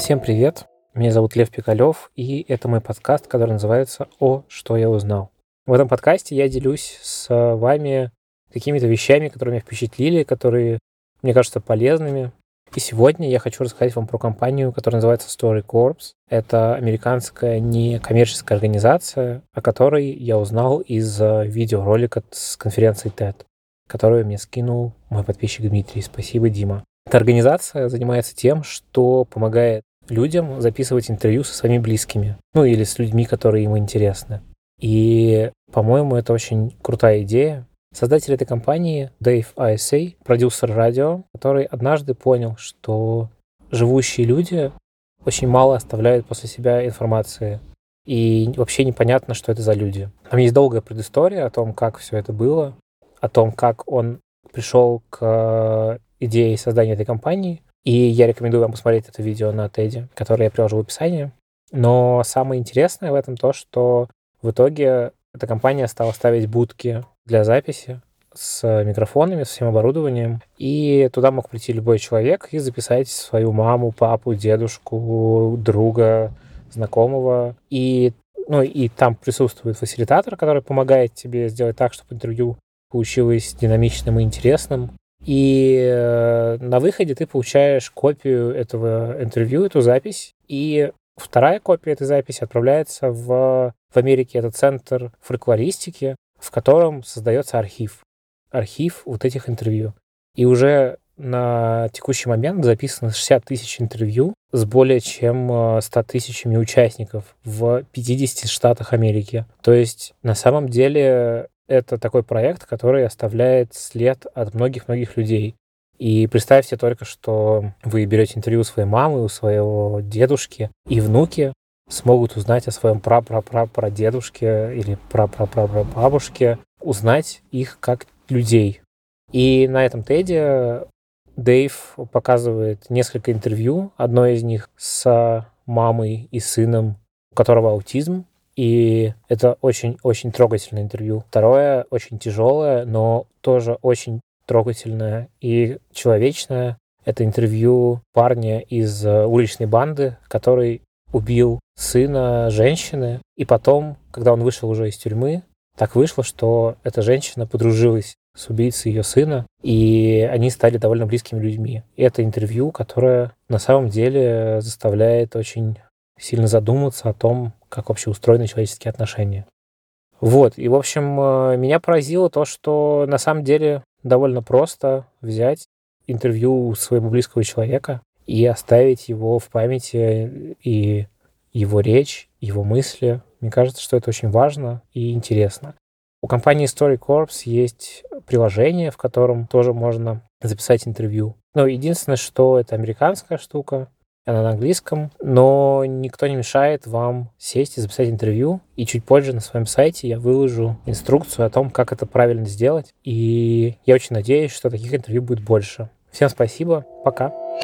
Всем привет! Меня зовут Лев Пикалев, и это мой подкаст, который называется «О, что я узнал». В этом подкасте я делюсь с вами какими-то вещами, которые меня впечатлили, которые мне кажутся полезными. И сегодня я хочу рассказать вам про компанию, которая называется StoryCorps. Это американская некоммерческая организация, о которой я узнал из видеоролика с конференции TED, которую мне скинул мой подписчик Дмитрий. Спасибо, Дима. Эта организация занимается тем, что помогает людям записывать интервью со своими близкими, или с людьми, которые ему интересны. И, по-моему, это очень крутая идея. Создатель этой компании Дэйв ISA, продюсер радио, который однажды понял, что живущие люди очень мало оставляют после себя информации. И вообще непонятно, что это за люди. Там есть долгая предыстория о том, как все это было, о том, как он пришел к идее создания этой компании. И я рекомендую вам посмотреть это видео на TED, которое я приложу в описании. Но самое интересное в этом то, что в итоге эта компания стала ставить будки для записи с микрофонами, со всем оборудованием. И туда мог прийти любой человек и записать свою маму, папу, дедушку, друга, знакомого. И там присутствует фасилитатор, который помогает тебе сделать так, чтобы интервью получилось динамичным и интересным. И на выходе ты получаешь копию этого интервью, эту запись, и вторая копия этой записи отправляется в Америке. Это центр фольклористики, в котором создается архив вот этих интервью. И уже на текущий момент записано 60 тысяч интервью с более чем 100 тысячами участников в 50 штатах Америки. То есть на самом деле это такой проект, который оставляет след от многих-многих людей. И представьте только, что вы берете интервью у своей мамы, у своего дедушки, и внуки смогут узнать о своем прадедушке или прапрапрапрабабушке, узнать их как людей. И на этом TED Дэйв показывает несколько интервью. Одно из них с мамой и сыном, у которого аутизм. И это очень-очень трогательное интервью. Второе очень тяжелое, но тоже очень трогательное и человечное. Это интервью парня из уличной банды, который убил сына женщины. И потом, когда он вышел уже из тюрьмы, так вышло, что эта женщина подружилась с убийцей ее сына, и они стали довольно близкими людьми. И это интервью, которое на самом деле заставляет очень сильно задуматься о том, как вообще устроены человеческие отношения. И, в общем, меня поразило то, что на самом деле довольно просто взять интервью у своего близкого человека и оставить его в памяти, и его речь, его мысли. Мне кажется, что это очень важно и интересно. У компании StoryCorps есть приложение, в котором тоже можно записать интервью. Единственное, что это американская штука, она на английском, но никто не мешает вам сесть и записать интервью. И чуть позже на своем сайте я выложу инструкцию о том, как это правильно сделать. И я очень надеюсь, что таких интервью будет больше. Всем спасибо, пока.